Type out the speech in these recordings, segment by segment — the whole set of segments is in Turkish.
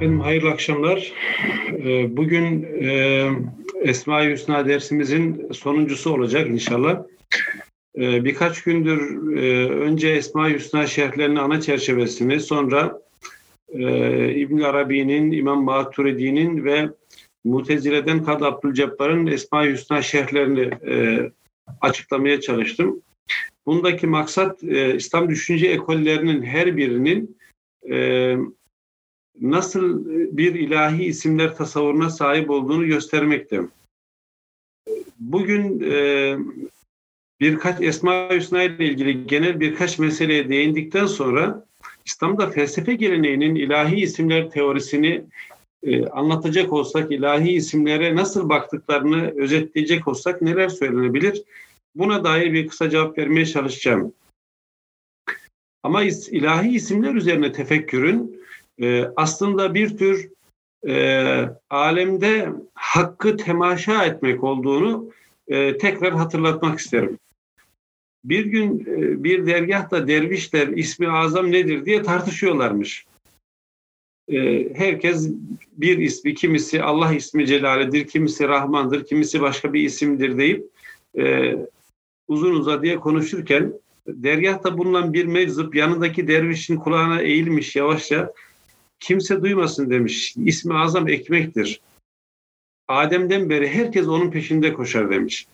Efendim hayırlı akşamlar. Bugün Esma-i Hüsna dersimizin sonuncusu olacak inşallah. Birkaç gündür önce Esma-i Hüsna şerhlerinin ana çerçevesini, sonra İbn Arabi'nin, İmam Maturidi'nin ve Mutezile'den Kadı Abdülcebbar'ın Esma-i Hüsna şerhlerini açıklamaya çalıştım. Bundaki maksat İslam düşünce ekollerinin her birinin nasıl bir ilahi isimler tasavvuruna sahip olduğunu göstermekte. Bugün birkaç Esma-i Hüsna ile ilgili genel birkaç meseleye değindikten sonra İslam'da felsefe geleneğinin ilahi isimler teorisini anlatacak olsak, ilahi isimlere nasıl baktıklarını özetleyecek olsak neler söylenebilir? Buna dair bir kısa cevap vermeye çalışacağım. Ama ilahi isimler üzerine tefekkürün aslında bir tür alemde hakkı temaşa etmek olduğunu tekrar hatırlatmak isterim. Bir gün bir dergahta dervişler ismi azam nedir diye tartışıyorlarmış. Herkes bir ismi, kimisi Allah ismi celaledir, kimisi Rahmandır, kimisi başka bir isimdir deyip uzun uzadıya konuşurken dergahta bulunan bir meczup yanındaki dervişin kulağına eğilmiş yavaşça, kimse duymasın demiş. İsmi azam ekmektir. Adem'den beri herkes onun peşinde koşar demiş.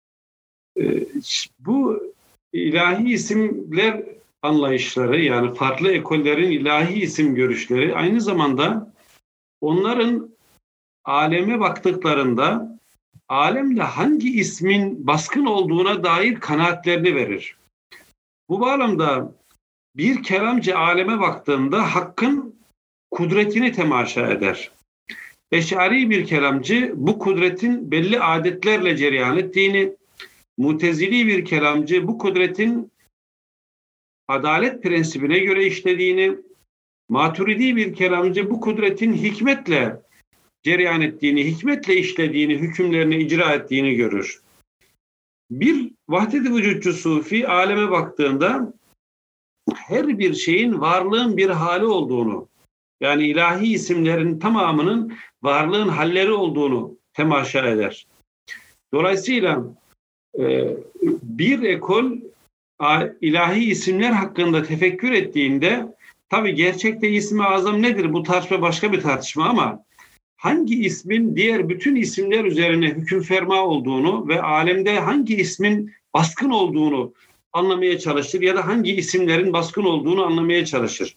Bu ilahi isimler anlayışları, yani farklı ekollerin ilahi isim görüşleri aynı zamanda onların aleme baktıklarında alemde hangi ismin baskın olduğuna dair kanaatlerini verir. Bu bağlamda bir kelamcı aleme baktığında hakkın kudretini temaşa eder. Eş'ari bir kelamcı bu kudretin belli adetlerle cereyan ettiğini, Mutezili bir kelamcı bu kudretin adalet prensibine göre işlediğini, Maturidi bir kelamcı bu kudretin hikmetle cereyan ettiğini, hikmetle işlediğini, hükümlerini icra ettiğini görür. Bir vahdet-i vücutçu sufi aleme baktığında her bir şeyin varlığın bir hali olduğunu, yani ilahi isimlerin tamamının varlığın halleri olduğunu temaşa eder. Dolayısıyla bir ekol ilahi isimler hakkında tefekkür ettiğinde, tabii gerçekte ismi azam nedir? Bu tartışma başka bir tartışma ama hangi ismin diğer bütün isimler üzerine hüküm ferma olduğunu ve alemde hangi ismin baskın olduğunu anlamaya çalışır ya da hangi isimlerin baskın olduğunu anlamaya çalışır.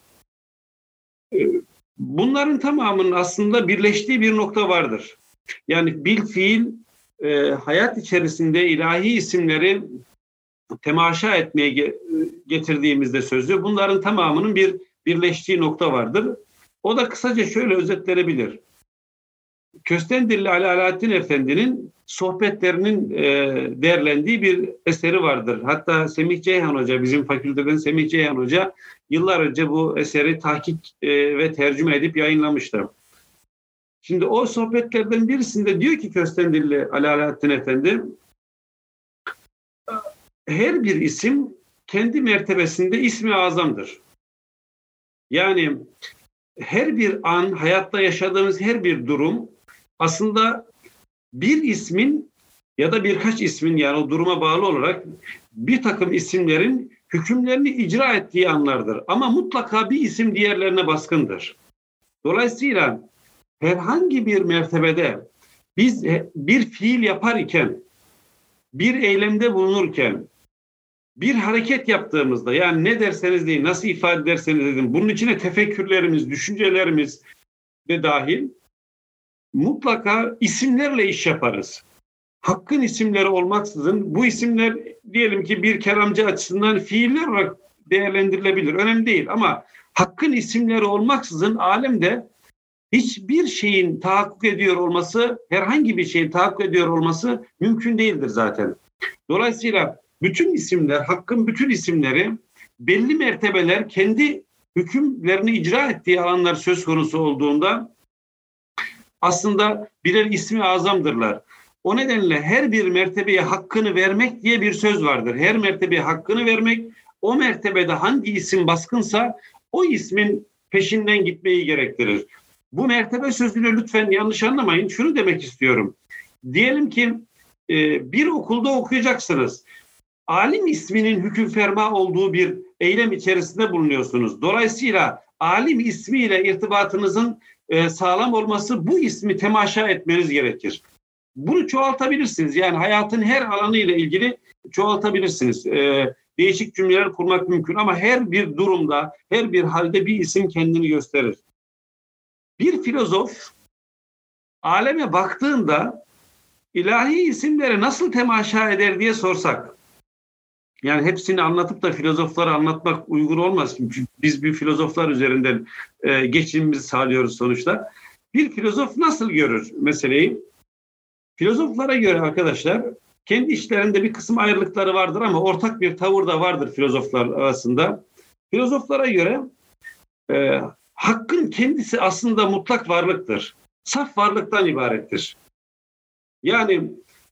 Bunların tamamının aslında birleştiği bir nokta vardır. Yani bilfiil hayat içerisinde ilahi isimleri temaşa etmeye getirdiğimizde sözü, bunların tamamının bir birleştiği nokta vardır. O da kısaca şöyle özetlenebilir. Köstendirli Ali Alaaddin Efendi'nin sohbetlerinin derlendiği bir eseri vardır. Hatta Semih Ceyhan Hoca, bizim fakülteden Semih Ceyhan Hoca yıllar önce bu eseri tahkik ve tercüme edip yayınlamıştı. Şimdi o sohbetlerden birisinde diyor ki Köstendirli Ali Alaaddin Efendi, her bir isim kendi mertebesinde ismi azamdır. Yani her bir an, hayatta yaşadığımız her bir durum aslında bir ismin ya da birkaç ismin, yani o duruma bağlı olarak bir takım isimlerin hükümlerini icra ettiği anlardır. Ama mutlaka bir isim diğerlerine baskındır. Dolayısıyla herhangi bir mertebede biz bir fiil yapar iken, bir eylemde bulunurken, bir hareket yaptığımızda, yani ne derseniz deyin, nasıl ifade ederseniz edin, bunun içine tefekkürlerimiz, düşüncelerimiz de dahil, mutlaka isimlerle iş yaparız. Hakkın isimleri olmaksızın, bu isimler diyelim ki bir kelamcı açısından fiiller olarak değerlendirilebilir. Önemli değil ama hakkın isimleri olmaksızın alemde hiçbir şeyin tahakkuk ediyor olması, herhangi bir şeyin tahakkuk ediyor olması mümkün değildir zaten. Dolayısıyla bütün isimler, hakkın bütün isimleri, belli mertebeler kendi hükümlerini icra ettiği alanlar söz konusu olduğunda aslında birer ismi azamdırlar. O nedenle her bir mertebeye hakkını vermek diye bir söz vardır. Her mertebeye hakkını vermek, o mertebede hangi isim baskınsa o ismin peşinden gitmeyi gerektirir. Bu mertebe sözünü lütfen yanlış anlamayın. Şunu demek istiyorum. Diyelim ki bir okulda okuyacaksınız. Alim isminin hüküm ferma olduğu bir eylem içerisinde bulunuyorsunuz. Dolayısıyla alim ismiyle irtibatınızın sağlam olması, bu ismi temaşa etmeniz gerekir. Bunu çoğaltabilirsiniz. Yani hayatın her alanı ile ilgili çoğaltabilirsiniz. Değişik cümleler kurmak mümkün ama her bir durumda, her bir halde bir isim kendini gösterir. Bir filozof aleme baktığında ilahi isimleri nasıl temaşa eder diye sorsak, yani hepsini anlatıp da filozofları anlatmak uygun olmaz. Çünkü biz bir filozoflar üzerinden geçimimizi sağlıyoruz sonuçta. Bir filozof nasıl görür meseleyi? Filozoflara göre arkadaşlar, kendi işlerinde bir kısım ayrılıkları vardır ama ortak bir tavır da vardır filozoflar arasında. Filozoflara göre hakkın kendisi aslında mutlak varlıktır. Saf varlıktan ibarettir. Yani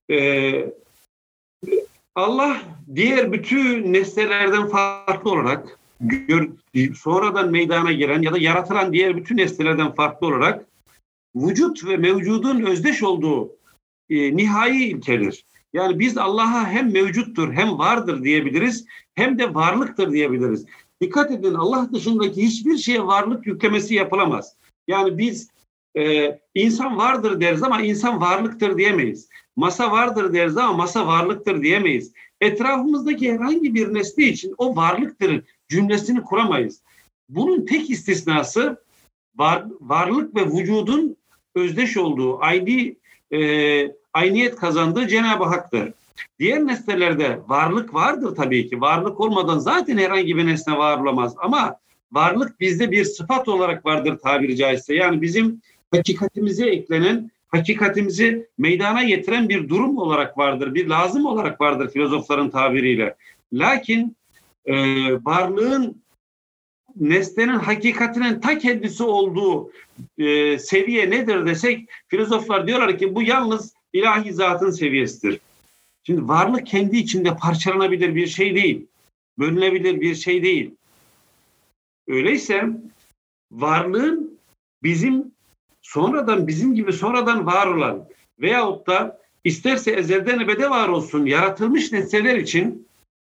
Allah diğer bütün nesnelerden farklı olarak, sonradan meydana gelen ya da yaratılan diğer bütün nesnelerden farklı olarak vücut ve mevcudun özdeş olduğu nihai ilkedir. Yani biz Allah'a hem mevcuttur hem vardır diyebiliriz, hem de varlıktır diyebiliriz. Dikkat edin, Allah dışındaki hiçbir şeye varlık yüklemesi yapılamaz. Yani biz insan vardır deriz ama insan varlıktır diyemeyiz. Masa vardır deriz ama masa varlıktır diyemeyiz. Etrafımızdaki herhangi bir nesne için o varlıktır cümlesini kuramayız. Bunun tek istisnası varlık ve vücudun özdeş olduğu, ayniyet kazandığı Cenab-ı Hak'tır. Diğer nesnelerde varlık vardır tabii ki. Varlık olmadan zaten herhangi bir nesne var olamaz. Ama varlık bizde bir sıfat olarak vardır tabiri caizse. Yani bizim hakikatimize eklenen, hakikatimizi meydana getiren bir durum olarak vardır. Bir lazım olarak vardır filozofların tabiriyle. Lakin varlığın, nesnenin hakikatinin ta kendisi olduğu seviye nedir desek, filozoflar diyorlar ki bu yalnız ilahi zatın seviyesidir. Şimdi varlık kendi içinde parçalanabilir bir şey değil. Bölünebilir bir şey değil. Öyleyse varlığın bizim gibi sonradan var olan veyahut da isterse ezelden ebede var olsun yaratılmış nesneler için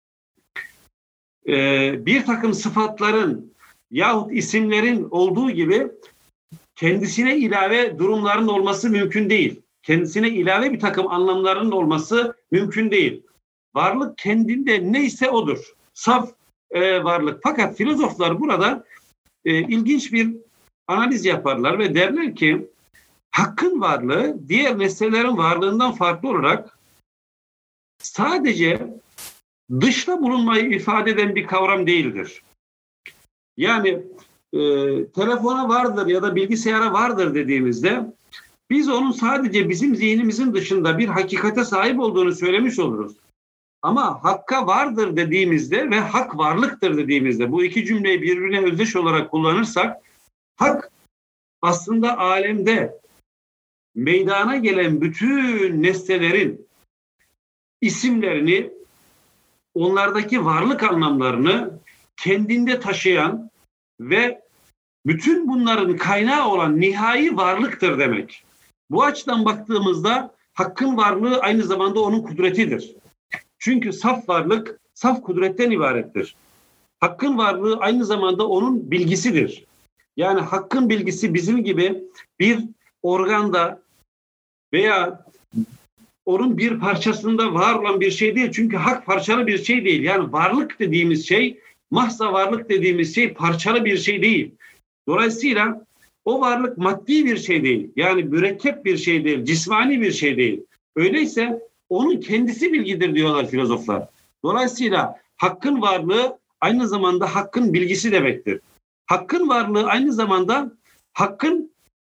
bir takım sıfatların yahut isimlerin olduğu gibi kendisine ilave durumların olması mümkün değil. Kendisine ilave bir takım anlamların olması mümkün değil. Varlık kendinde neyse odur. Saf varlık. Fakat filozoflar burada ilginç bir analiz yaparlar ve derler ki hakkın varlığı diğer nesnelerin varlığından farklı olarak sadece dışta bulunmayı ifade eden bir kavram değildir. Yani telefona vardır ya da bilgisayara vardır dediğimizde biz onun sadece bizim zihnimizin dışında bir hakikate sahip olduğunu söylemiş oluruz. Ama hakka vardır dediğimizde ve hak varlıktır dediğimizde, bu iki cümleyi birbirine özdeş olarak kullanırsak, hak aslında alemde meydana gelen bütün nesnelerin isimlerini, onlardaki varlık anlamlarını kendinde taşıyan ve bütün bunların kaynağı olan nihai varlıktır demek. Bu açıdan baktığımızda hakkın varlığı aynı zamanda onun kudretidir. Çünkü saf varlık, saf kudretten ibarettir. Hakkın varlığı aynı zamanda onun bilgisidir. Yani hakkın bilgisi bizim gibi bir organda veya onun bir parçasında var olan bir şey değil. Çünkü hak parçalı bir şey değil. Yani varlık dediğimiz şey, mahza varlık dediğimiz şey parçalı bir şey değil. Dolayısıyla o varlık maddi bir şey değil. Yani mürekkep bir şey değil, cismani bir şey değil. Öyleyse onun kendisi bilgidir diyorlar filozoflar. Dolayısıyla hakkın varlığı aynı zamanda hakkın bilgisi demektir. Hakkın varlığı aynı zamanda hakkın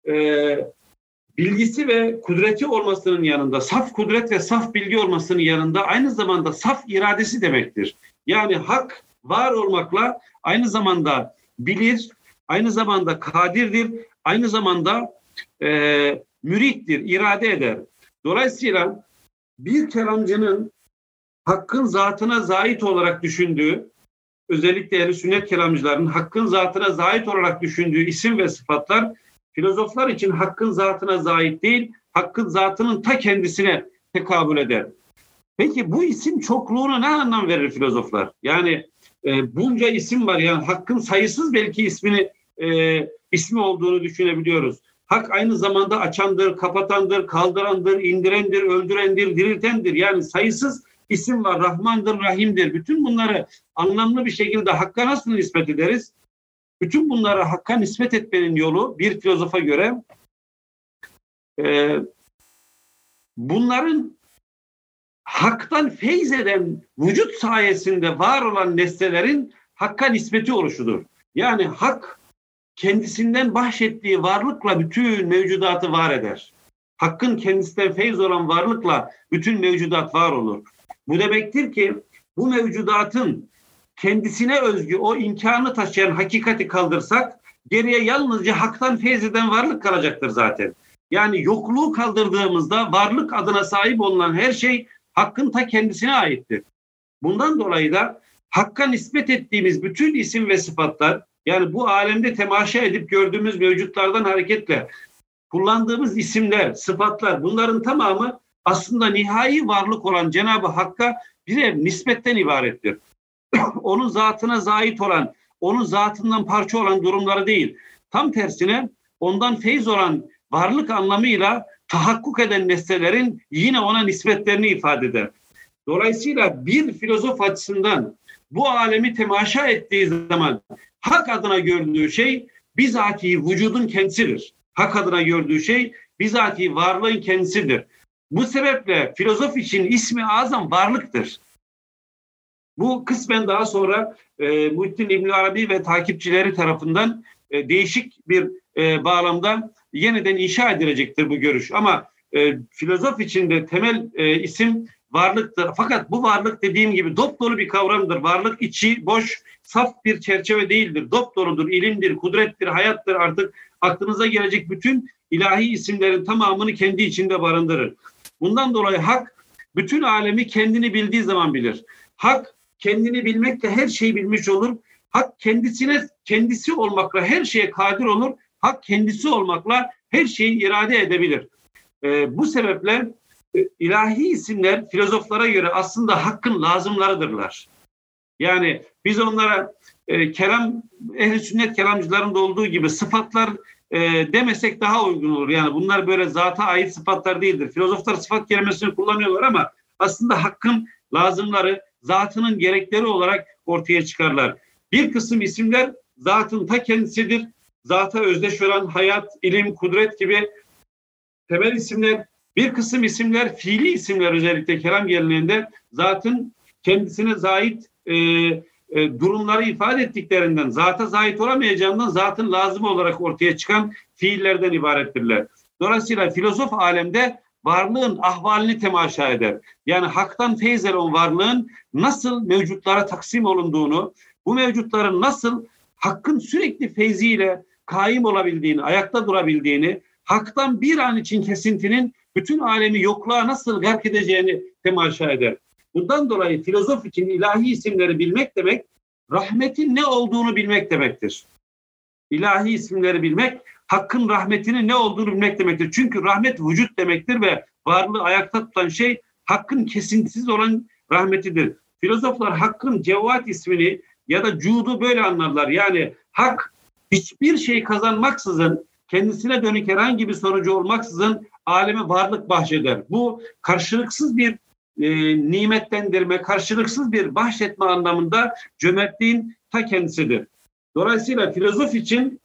bilgisi ve kudreti olmasının yanında, saf kudret ve saf bilgi olmasının yanında aynı zamanda saf iradesi demektir. Yani hak var olmakla aynı zamanda bilir, aynı zamanda kadirdir, aynı zamanda mürittir, irade eder. Dolayısıyla bir kelamcının hakkın zatına zait olarak düşündüğü, özellikle ehl-i sünnet kelamcılarının hakkın zatına zait olarak düşündüğü isim ve sıfatlar filozoflar için hakkın zatına zait değil, hakkın zatının ta kendisine tekabül eder. Peki bu isim çokluğuna ne anlam verir filozoflar? Yani bunca isim var, yani hakkın sayısız belki ismi olduğunu düşünebiliyoruz. Hak aynı zamanda açandır, kapatandır, kaldırandır, indirendir, öldürendir, diriltendir. Yani sayısız isim var. Rahmandır, Rahim'dir. Bütün bunları anlamlı bir şekilde Hakk'a nasıl nispet ederiz? Bütün bunları Hakk'a nispet etmenin yolu bir filozofa göre bunların Hak'tan feyz eden vücut sayesinde var olan nesnelerin Hakk'a nispeti oluşudur. Yani Hak kendisinden bahşettiği varlıkla bütün mevcudatı var eder. Hakkın kendisinden feyz olan varlıkla bütün mevcudat var olur. Bu demektir ki bu mevcudatın kendisine özgü o imkanı taşıyan hakikati kaldırsak geriye yalnızca Hak'tan feyz eden varlık kalacaktır zaten. Yani yokluğu kaldırdığımızda varlık adına sahip olunan her şey Hakkın ta kendisine aittir. Bundan dolayı da Hakk'a nispet ettiğimiz bütün isim ve sıfatlar, yani bu alemde temaşa edip gördüğümüz mevcutlardan hareketle kullandığımız isimler, sıfatlar, bunların tamamı aslında nihai varlık olan Cenab-ı Hakk'a birer nispetten ibarettir. Onun zatına zait olan, onun zatından parça olan durumları değil. Tam tersine ondan feyz olan varlık anlamıyla tahakkuk eden nesnelerin yine ona nispetlerini ifade eder. Dolayısıyla bir filozof açısından bu alemi temaşa ettiği zaman Hak adına gördüğü şey bizatihi vücudun kendisidir. Hak adına gördüğü şey bizatihi varlığın kendisidir. Bu sebeple filozof için ismi azam varlıktır. Bu kısmen daha sonra Muhittin İbn Arabi ve takipçileri tarafından değişik bir bağlamda yeniden inşa edilecektir bu görüş. Ama filozof için de temel isim varlıktır. Fakat bu varlık dediğim gibi dopdolu bir kavramdır. Varlık içi boş, saf bir çerçeve değildir. Dopdoludur, ilimdir, kudrettir, hayattır. Artık aklınıza gelecek bütün ilahi isimlerin tamamını kendi içinde barındırır. Bundan dolayı Hak bütün alemi kendini bildiği zaman bilir. Hak kendini bilmekle her şeyi bilmiş olur. Hak kendisi olmakla her şeye kadir olur. Hak kendisi olmakla her şeyi irade edebilir. Bu sebeple ilahi isimler filozoflara göre aslında Hakk'ın lazımlarıdırlar. Yani biz onlara ehl-i sünnet kelamcılarında olduğu gibi sıfatlar demesek daha uygun olur. Yani bunlar böyle zata ait sıfatlar değildir. Filozoflar sıfat kelimesini kullanıyorlar ama aslında Hakk'ın lazımları zatının gerekleri olarak ortaya çıkarlar. Bir kısım isimler zatın ta kendisidir. Zata özdeş olan hayat, ilim, kudret gibi temel isimler. Bir kısım isimler fiili isimler, özellikle kelam geleneğinde zatın kendisine zait durumları ifade ettiklerinden, zata zait olamayacağından zatın lazımı olarak ortaya çıkan fiillerden ibarettirler. Dolayısıyla filozof alemde varlığın ahvalini temaşa eder. Yani Hak'tan feyz eden varlığın nasıl mevcutlara taksim olunduğunu, bu mevcutların nasıl Hakk'ın sürekli feyziyle kaim olabildiğini, ayakta durabildiğini, Hak'tan bir an için kesintinin bütün alemi yokluğa nasıl gark edeceğini temaşa eder. Bundan dolayı filozof için ilahi isimleri bilmek demek, rahmetin ne olduğunu bilmek demektir. İlahi isimleri bilmek, Hakk'ın rahmetinin ne olduğunu bilmek demektir. Çünkü rahmet vücut demektir ve varlığı ayakta tutan şey Hakk'ın kesintisiz olan rahmetidir. Filozoflar Hakk'ın Cevvat ismini ya da cudu böyle anlarlar. Yani Hak hiçbir şey kazanmaksızın, kendisine dönük herhangi bir sonucu olmaksızın aleme varlık bahşeder. Bu karşılıksız bir nimetlendirme, karşılıksız bir bahşetme anlamında cömertliğin ta kendisidir. Dolayısıyla filozof için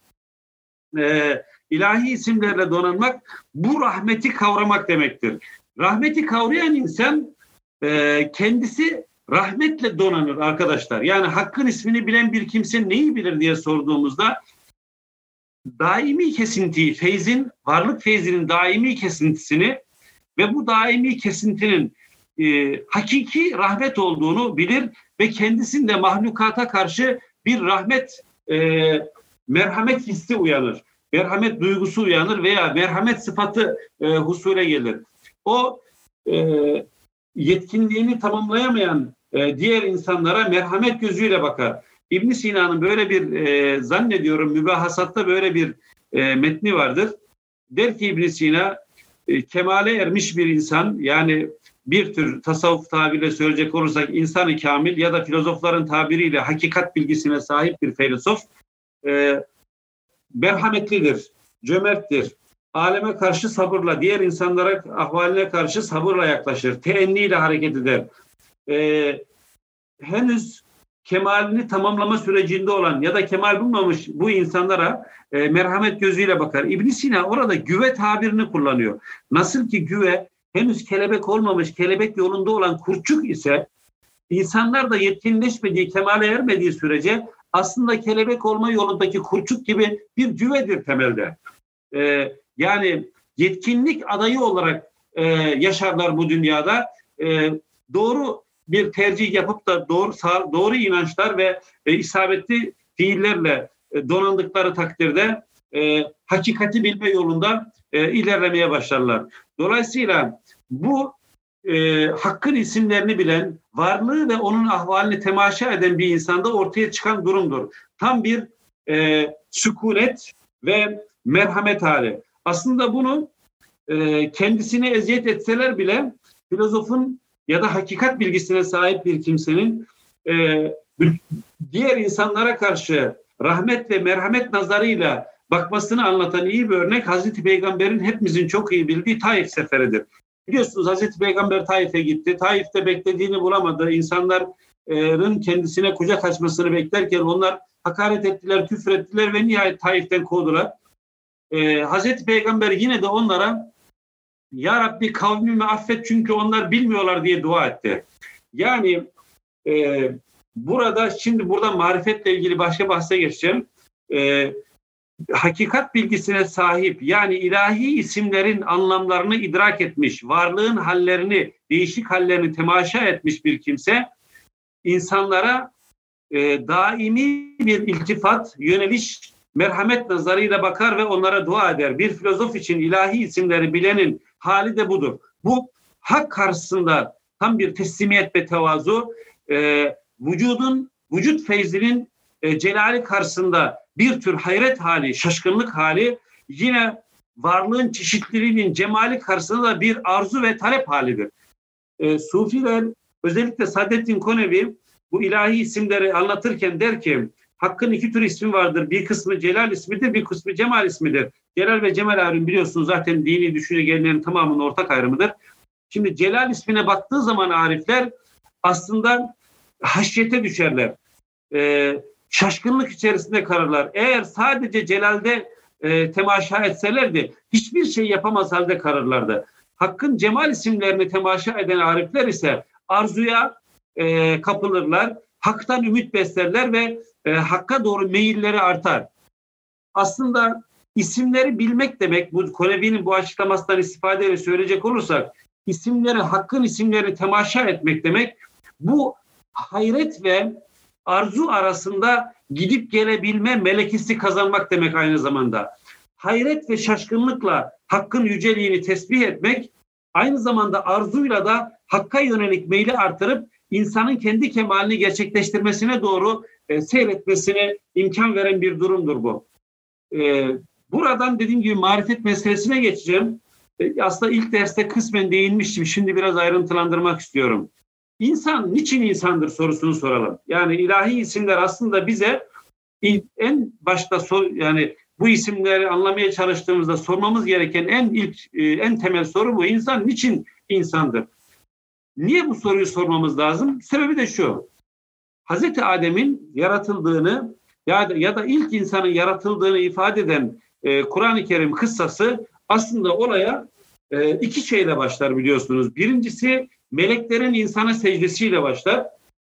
ilahi isimlerle donanmak bu rahmeti kavramak demektir. Rahmeti kavrayan insan kendisi rahmetle donanır arkadaşlar. Yani Hakk'ın ismini bilen bir kimse neyi bilir diye sorduğumuzda daimi kesintiyi, varlık feyzinin daimi kesintisini ve bu daimi kesintinin hakiki rahmet olduğunu bilir ve kendisinde mahlukata karşı bir merhamet hissi uyanır. Merhamet duygusu uyanır veya merhamet sıfatı husule gelir. O yetkinliğini tamamlayamayan diğer insanlara merhamet gözüyle bakar. İbn Sina'nın böyle bir zannediyorum mübahasatta böyle bir metni vardır. Der ki İbn Sina, kemale ermiş bir insan, yani bir tür tasavvuf tabiriyle söyleyecek olursak insan-ı kamil ya da filozofların tabiriyle hakikat bilgisine sahip bir filozof merhametlidir, cömerttir. Aleme karşı sabırla, diğer insanlara ahvaline karşı sabırla yaklaşır. Teenniyle hareket eder. Henüz kemalini tamamlama sürecinde olan ya da kemal bulmamış bu insanlara merhamet gözüyle bakar. İbn Sina orada güve tabirini kullanıyor. Nasıl ki güve henüz kelebek olmamış, kelebek yolunda olan kurtçuk ise, insanlar da yetkinleşmediği, kemale ermediği sürece aslında kelebek olma yolundaki kurtçuk gibi bir güvedir temelde. Yani yetkinlik adayı olarak yaşarlar bu dünyada. Doğru bir tercih yapıp da doğru inançlar ve isabetli fiillerle donandıkları takdirde hakikati bilme yolunda ilerlemeye başlarlar. Dolayısıyla bu Hakk'ın isimlerini bilen, varlığı ve onun ahvalini temaşa eden bir insanda ortaya çıkan durumdur. Tam bir sükunet ve merhamet hali. Aslında bunu kendisine eziyet etseler bile filozofun ya da hakikat bilgisine sahip bir kimsenin diğer insanlara karşı rahmet ve merhamet nazarıyla bakmasını anlatan iyi bir örnek Hazreti Peygamber'in hepimizin çok iyi bildiği Taif seferidir. Biliyorsunuz Hazreti Peygamber Taif'e gitti. Taif'te beklediğini bulamadı. İnsanların kendisine kucak açmasını beklerken onlar hakaret ettiler, küfür ettiler ve nihayet Taif'ten kovdular. Hazreti Peygamber yine de onlara "Ya Rabbi kavmimi affet çünkü onlar bilmiyorlar" diye dua etti. Yani burada marifetle ilgili başka bahse geçeceğim. Hakikat bilgisine sahip, yani ilahi isimlerin anlamlarını idrak etmiş, varlığın hallerini, değişik hallerini temaşa etmiş bir kimse, insanlara daimi bir iltifat, yöneliş, merhamet nazarıyla bakar ve onlara dua eder. Bir filozof için ilahi isimleri bilenin hali de budur. Bu hak karşısında tam bir teslimiyet ve tevazu, vücut feyzinin celali karşısında bir tür hayret hali, şaşkınlık hali, yine varlığın çeşitliliğinin cemali karşısında da bir arzu ve talep halidir. Sufiler, özellikle Saadettin Konevi bu ilahi isimleri anlatırken der ki, Hakk'ın iki tür ismi vardır. Bir kısmı Celal ismidir, bir kısmı Cemal ismidir. Celal ve Cemal ayrımı biliyorsunuz zaten dini düşüncelerin tamamının ortak ayrımıdır. Şimdi Celal ismine baktığı zaman arifler aslında haşyete düşerler. Şaşkınlık içerisinde kalırlar. Eğer sadece Celal'de temaşa etselerdi hiçbir şey yapamaz halde kalırlardı. Hakk'ın Cemal isimlerini temaşa eden arifler ise arzuya kapılırlar. Hak'tan ümit beslerler ve Hakk'a doğru meyilleri artar. Aslında isimleri bilmek demek, bu Konevi'nin bu açıklamasından istifadeyle söyleyecek olursak, Hakk'ın isimlerini temaşa etmek demek, bu hayret ve arzu arasında gidip gelebilme melekesi kazanmak demek aynı zamanda. Hayret ve şaşkınlıkla Hakk'ın yüceliğini tesbih etmek, aynı zamanda arzuyla da Hakk'a yönelik meyli artırıp insanın kendi kemalini gerçekleştirmesine doğru seyretmesine imkan veren bir durumdur bu. Buradan dediğim gibi marifet meselesine geçeceğim. Aslında ilk derste kısmen değinmiştim. Şimdi biraz ayrıntılandırmak istiyorum. İnsan niçin insandır sorusunu soralım. Yani ilahi isimler aslında bize en başta yani bu isimleri anlamaya çalıştığımızda sormamız gereken en temel soru bu. İnsan niçin insandır? Niye bu soruyu sormamız lazım? Sebebi de şu. Hazreti Adem'in yaratıldığını ya da ilk insanın yaratıldığını ifade eden Kur'an-ı Kerim kıssası aslında olaya iki şeyle başlar biliyorsunuz. Birincisi meleklerin insana secdesiyle başlar.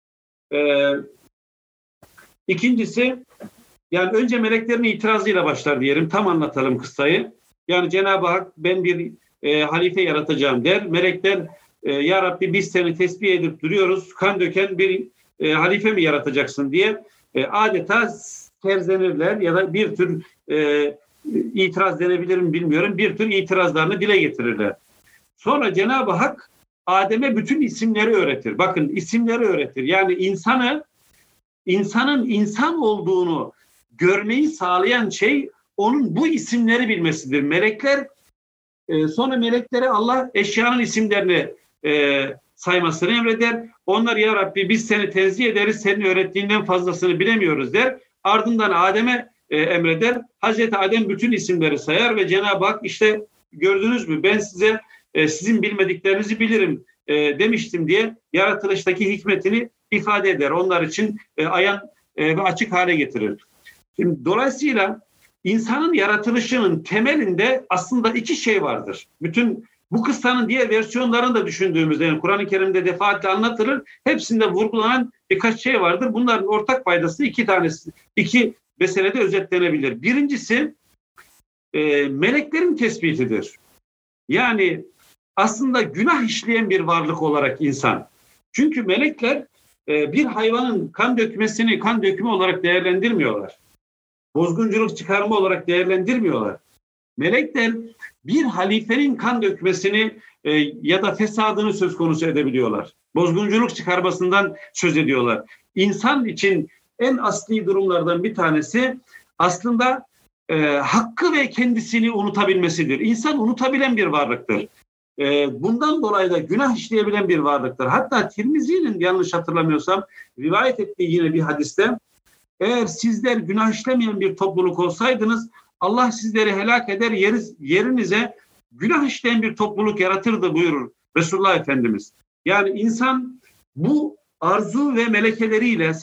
İkincisi yani önce meleklerin itirazıyla başlar diyelim. Tam anlatalım kıssayı. Yani Cenab-ı Hak ben bir halife yaratacağım der. Melekler ya Rabbi biz seni tesbih edip duruyoruz. Kan döken bir halife mi yaratacaksın diye adeta serzenirler ya da bir tür itiraz denebilir mi bilmiyorum. Bir tür itirazlarını dile getirirler. Sonra Cenab-ı Hak Adem'e bütün isimleri öğretir. Bakın isimleri öğretir. Yani insanın insan olduğunu görmeyi sağlayan şey onun bu isimleri bilmesidir. Melekler, sonra meleklere Allah eşyanın isimlerini saymasını emreder. Onlar ya Rabbi biz seni tenzih ederiz, senin öğrettiğinden fazlasını bilemiyoruz der. Ardından Adem'e emreder. Hazreti Adem bütün isimleri sayar ve Cenab-ı Hak işte gördünüz mü ben size sizin bilmediklerinizi bilirim demiştim diye yaratılıştaki hikmetini ifade eder. Onlar için ayan ve açık hale getirir. Şimdi, dolayısıyla insanın yaratılışının temelinde aslında iki şey vardır. Bütün bu kıssanın diğer versiyonlarını da düşündüğümüzde, yani Kur'an-ı Kerim'de defaatle anlatılır. Hepsinde vurgulanan birkaç şey vardır. Bunların ortak paydası iki meselede özetlenebilir. Birincisi meleklerin tespitidir. Yani aslında günah işleyen bir varlık olarak insan. Çünkü melekler bir hayvanın kan dökmesini kan dökümü olarak değerlendirmiyorlar. Bozgunculuk çıkarma olarak değerlendirmiyorlar. Melekler bir halifenin kan dökmesini ya da fesadını söz konusu edebiliyorlar. Bozgunculuk çıkarmasından söz ediyorlar. İnsan için en asli durumlardan bir tanesi aslında hakkı ve kendisini unutabilmesidir. İnsan unutabilen bir varlıktır. Bundan dolayı da günah işleyebilen bir varlıktır. Hatta Tirmizi'nin yanlış hatırlamıyorsam rivayet ettiği yine bir hadiste eğer sizler günah işlemeyen bir topluluk olsaydınız Allah sizleri helak eder yerinize günah işleyen bir topluluk yaratırdı buyurur Resulullah Efendimiz. Yani insan bu arzu ve melekeleriyle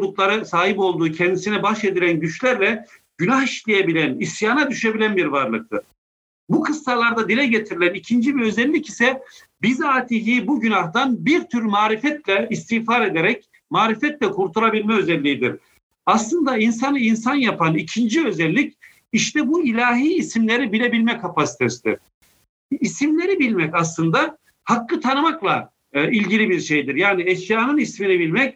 sahip olduğu kendisine bahşedilen güçlerle günah işleyebilen, isyana düşebilen bir varlıktır. Bu kıssalarda dile getirilen ikinci bir özellik ise bizatihi bu günahtan bir tür marifetle istiğfar ederek marifetle kurtulabilme özelliğidir. Aslında insanı insan yapan ikinci özellik işte bu ilahi isimleri bilebilme kapasitesidir. İsimleri bilmek aslında hakkı tanımakla ilgili bir şeydir. Yani eşyanın ismini bilmek,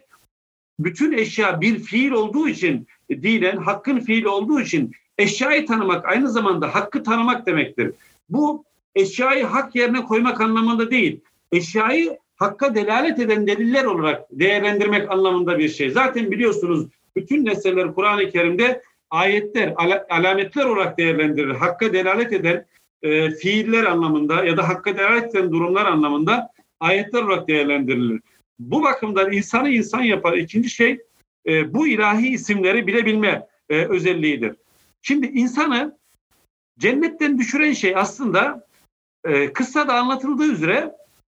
bütün eşya bir fiil olduğu için dinen hakkın fiili olduğu için eşyayı tanımak aynı zamanda hakkı tanımak demektir. Bu eşyayı hak yerine koymak anlamında değil, eşyayı hakka delalet eden deliller olarak değerlendirmek anlamında bir şey. Zaten biliyorsunuz bütün nesneler Kur'an-ı Kerim'de ayetler, alametler olarak değerlendirilir. Hakka delalet eden fiiller anlamında ya da hakka delalet eden durumlar anlamında ayetler olarak değerlendirilir. Bu bakımdan insanı insan yapar. İkinci şey bu ilahi isimleri bilebilme özelliğidir. Şimdi insanı cennetten düşüren şey aslında kıssada anlatıldığı üzere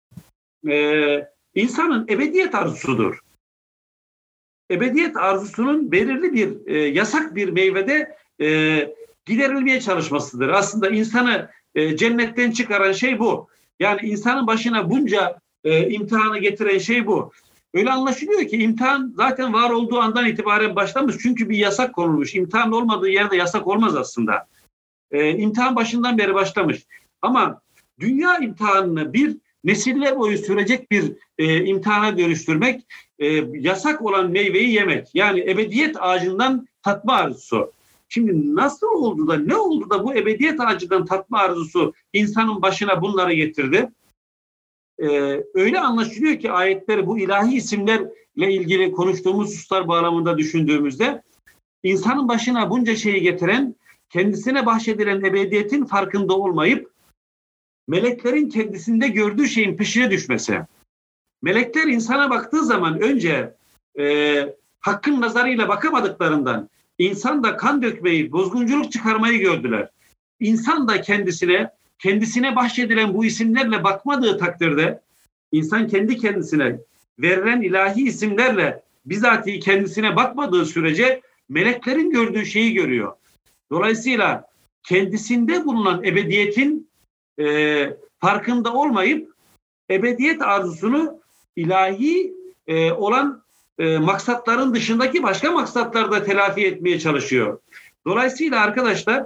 insanın ebediyet arzusudur. Ebediyet arzusunun belirli bir yasak bir meyvede giderilmeye çalışmasıdır. Aslında insanı cennetten çıkaran şey bu. Yani insanın başına bunca imtihanı getiren şey bu. Öyle anlaşılıyor ki imtihan zaten var olduğu andan itibaren başlamış. Çünkü bir yasak konulmuş. İmtihan olmadığı yerde yasak olmaz aslında. İmtihan başından beri başlamış. Ama dünya imtihanını bir nesiller boyu sürecek bir imtihana dönüştürmek, yasak olan meyveyi yemek. Yani ebediyet ağacından tatma arzusu. Şimdi nasıl oldu da, ne oldu da bu ebediyet ağacından tatma arzusu insanın başına bunları getirdi? Öyle anlaşılıyor ki ayetleri bu ilahi isimlerle ilgili konuştuğumuz hususlar bağlamında düşündüğümüzde insanın başına bunca şeyi getiren, kendisine bahşedilen ebediyetin farkında olmayıp meleklerin kendisinde gördüğü şeyin peşine düşmesi. Melekler insana baktığı zaman önce hakkın nazarıyla bakamadıklarından insan da kan dökmeyi, bozgunculuk çıkarmayı gördüler. İnsan da kendisine bahşedilen bu isimlerle bakmadığı takdirde insan kendi kendisine verilen ilahi isimlerle bizatihi kendisine bakmadığı sürece meleklerin gördüğü şeyi görüyor. Dolayısıyla kendisinde bulunan ebediyetin farkında olmayıp ebediyet arzusunu ilahi olan maksatların dışındaki başka maksatlarda telafi etmeye çalışıyor. Dolayısıyla arkadaşlar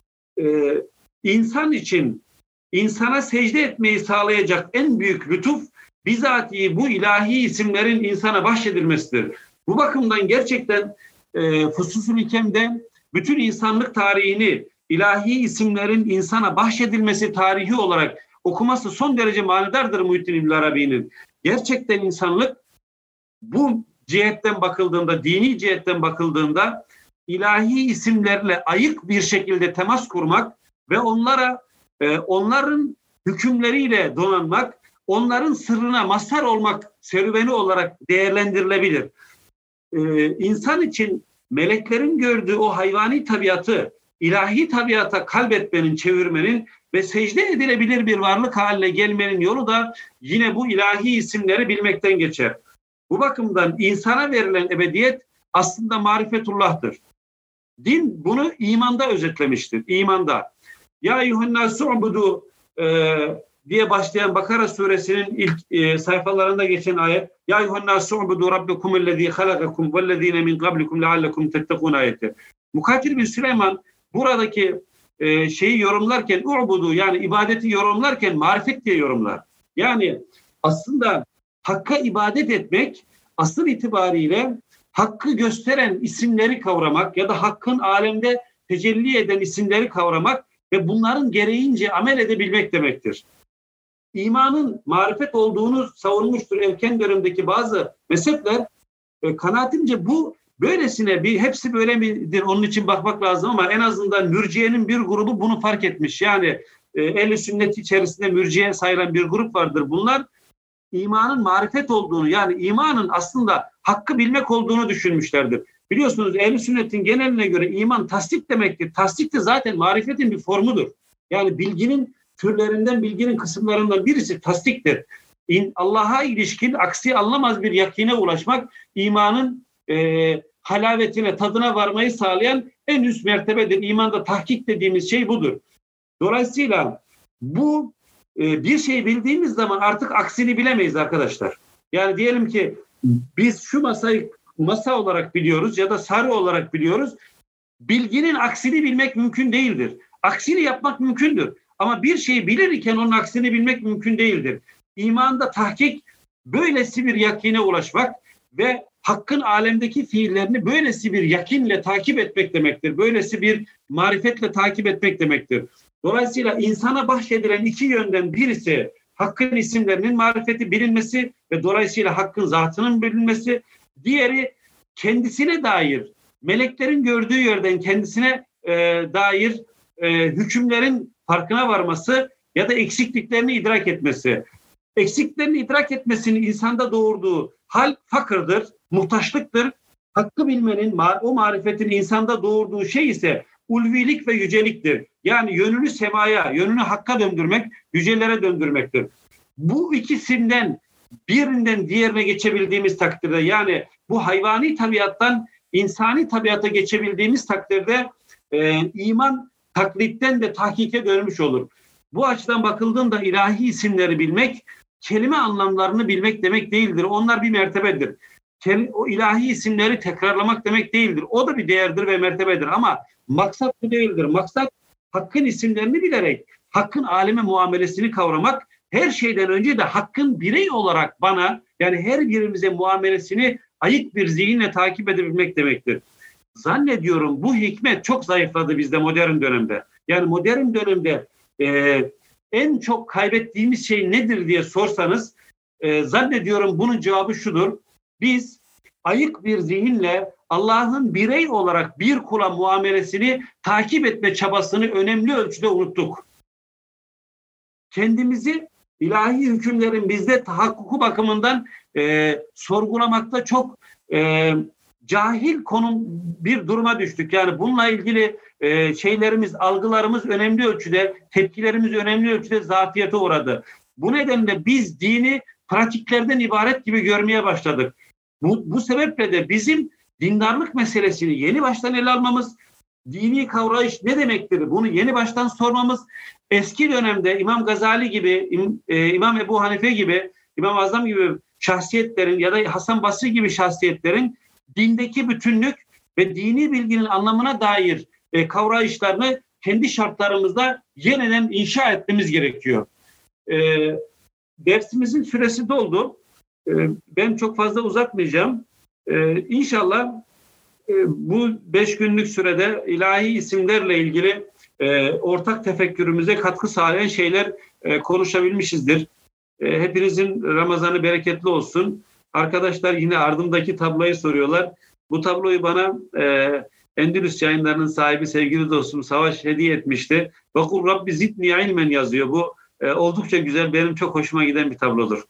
insan için insana secde etmeyi sağlayacak en büyük lütuf bizatihi bu ilahi isimlerin insana bahşedilmesidir. Bu bakımdan gerçekten Fusus-ül Hikem'de bütün insanlık tarihini ilahi isimlerin insana bahşedilmesi tarihi olarak okuması son derece manidardır Muhittin İbn Arabi'nin. Gerçekten insanlık bu cihetten bakıldığında, dini cihetten bakıldığında ilahi isimlerle ayık bir şekilde temas kurmak ve onların hükümleriyle donanmak, onların sırrına mazhar olmak serüveni olarak değerlendirilebilir. İnsan için meleklerin gördüğü o hayvani tabiatı ilahi tabiata kalbetmenin, çevirmenin ve secde edilebilir bir varlık haline gelmenin yolu da yine bu ilahi isimleri bilmekten geçer. Bu bakımdan insana verilen ebediyet aslında marifetullah'tır. Din bunu imanda özetlemiştir. İmanda. Ya eyyühennâsü ubudu diye başlayan Bakara suresinin ilk sayfalarında geçen ayet. Ya eyyühennâsü ubudu rabbekumellezî halakakum vellezîne min qablikum leallekum tettekûn ayeti. Mukatil bin Süleyman buradaki şeyi yorumlarken ubudu yani ibadeti yorumlarken marifet diye yorumlar. Yani aslında Hakk'a ibadet etmek asıl itibariyle Hakk'ı gösteren isimleri kavramak ya da Hakk'ın alemde tecelli eden isimleri kavramak ve bunların gereğince amel edebilmek demektir. İmanın marifet olduğunu savunmuştur erken dönemdeki bazı mezhepler. Kanaatimce bu böylesine hepsi böyle midir onun için bakmak lazım ama en azından mürciyenin bir grubu bunu fark etmiş. Yani ehl-i sünnet içerisinde mürciye sayılan bir grup vardır. Bunlar imanın marifet olduğunu yani imanın aslında hakkı bilmek olduğunu düşünmüşlerdir. Biliyorsunuz ehl-i sünnetin geneline göre iman tasdik demektir. Tasdik de zaten marifetin bir formudur. Yani bilginin türlerinden, bilginin kısımlarından birisi tasdiktir. Allah'a ilişkin aksi anlamaz bir yakine ulaşmak imanın halavetine, tadına varmayı sağlayan en üst mertebedir. İmanda tahkik dediğimiz şey budur. Dolayısıyla bu bir şey bildiğimiz zaman artık aksini bilemeyiz arkadaşlar. Yani diyelim ki biz şu masayı masa olarak biliyoruz ya da sarı olarak biliyoruz. Bilginin aksini bilmek mümkün değildir. Aksini yapmak mümkündür. Ama bir şeyi bilirken onun aksini bilmek mümkün değildir. İmanda tahkik böylesi bir yakine ulaşmak ve Hakk'ın alemdeki fiillerini böylesi bir yakinle takip etmek demektir. Böylesi bir marifetle takip etmek demektir. Dolayısıyla insana bahşedilen iki yönden birisi Hakk'ın isimlerinin marifeti bilinmesi ve dolayısıyla Hakk'ın zatının bilinmesi. Diğeri kendisine dair, meleklerin gördüğü yerden kendisine dair hükümlerin farkına varması ya da eksikliklerini idrak etmesi. Eksiklerini idrak etmesinin insanda doğurduğu hal fakırdır, muhtaçlıktır. Hakkı bilmenin, o marifetin insanda doğurduğu şey ise ulvilik ve yüceliktir. Yani yönünü semaya, yönünü Hakk'a döndürmek, yücelere döndürmektir. Bu ikisinden birinden diğerine geçebildiğimiz takdirde yani bu hayvani tabiattan insani tabiata geçebildiğimiz takdirde iman taklitten de tahkike dönmüş olur. Bu açıdan bakıldığında ilahi isimleri bilmek kelime anlamlarını bilmek demek değildir. Onlar bir mertebedir. O ilahi isimleri tekrarlamak demek değildir. O da bir değerdir ve mertebedir ama maksat bu değildir. Maksat Hakk'ın isimlerini bilerek Hakk'ın aleme muamelesini kavramak, her şeyden önce de Hakk'ın birey olarak bana yani her birimize muamelesini ayık bir zihinle takip edebilmek demektir. Zannediyorum bu hikmet çok zayıfladı bizde modern dönemde. Yani modern dönemde en çok kaybettiğimiz şey nedir diye sorsanız zannediyorum bunun cevabı şudur. Biz ayık bir zihinle Allah'ın birey olarak bir kula muamelesini takip etme çabasını önemli ölçüde unuttuk. Kendimizi ilahi hükümlerin bizde tahakkuku bakımından sorgulamakta çok cahil bir duruma düştük. Yani bununla ilgili şeylerimiz, algılarımız önemli ölçüde, tepkilerimiz önemli ölçüde zafiyete uğradı. Bu nedenle biz dini pratiklerden ibaret gibi görmeye başladık. Bu sebeple de bizim dindarlık meselesini yeni baştan ele almamız, dini kavrayış ne demektir bunu yeni baştan sormamız, eski dönemde İmam Gazali gibi, İmam Ebu Hanife gibi, İmam Azam gibi şahsiyetlerin ya da Hasan Basri gibi şahsiyetlerin dindeki bütünlük ve dini bilginin anlamına dair kavrayışlarını kendi şartlarımızda yeniden inşa etmemiz gerekiyor. Dersimizin süresi doldu. Ben çok fazla uzatmayacağım. İnşallah bu 5 günlük sürede ilahi isimlerle ilgili ortak tefekkürümüze katkı sağlayan şeyler konuşabilmişizdir. Hepinizin Ramazanı bereketli olsun. Arkadaşlar yine ardımdaki tabloyu soruyorlar. Bu tabloyu bana Endülüs Yayınları'nın sahibi sevgili dostum Savaş hediye etmişti. Vakul Rabbi zidni ilmen yazıyor. Bu oldukça güzel, benim çok hoşuma giden bir tablodur.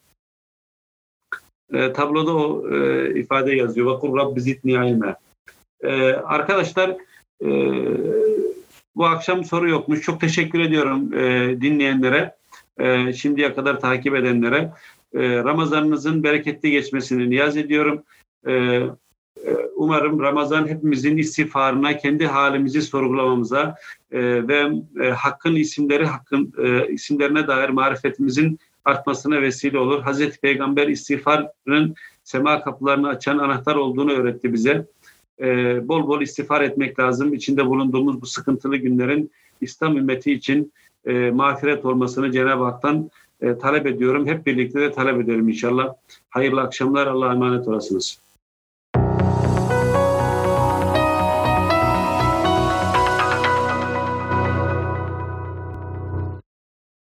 Tabloda o ifade yazıyor. Vakul Rabbi zidni ilmen. Arkadaşlar bu akşam soru yokmuş. Çok teşekkür ediyorum dinleyenlere, şimdiye kadar takip edenlere. Ramazanınızın bereketli geçmesini niyaz ediyorum. Umarım Ramazan hepimizin istiğfarına, kendi halimizi sorgulamamıza ve Hakk'ın isimlerine dair marifetimizin artmasına vesile olur. Hazreti Peygamber istiğfarın sema kapılarını açan anahtar olduğunu öğretti bize. Bol bol istiğfar etmek lazım. İçinde bulunduğumuz bu sıkıntılı günlerin İslam ümmeti için mağfiret olmasını Cenab-ı Hak'tan talep ediyorum. Hep birlikte de talep edelim inşallah. Hayırlı akşamlar. Allah'a emanet olasınız.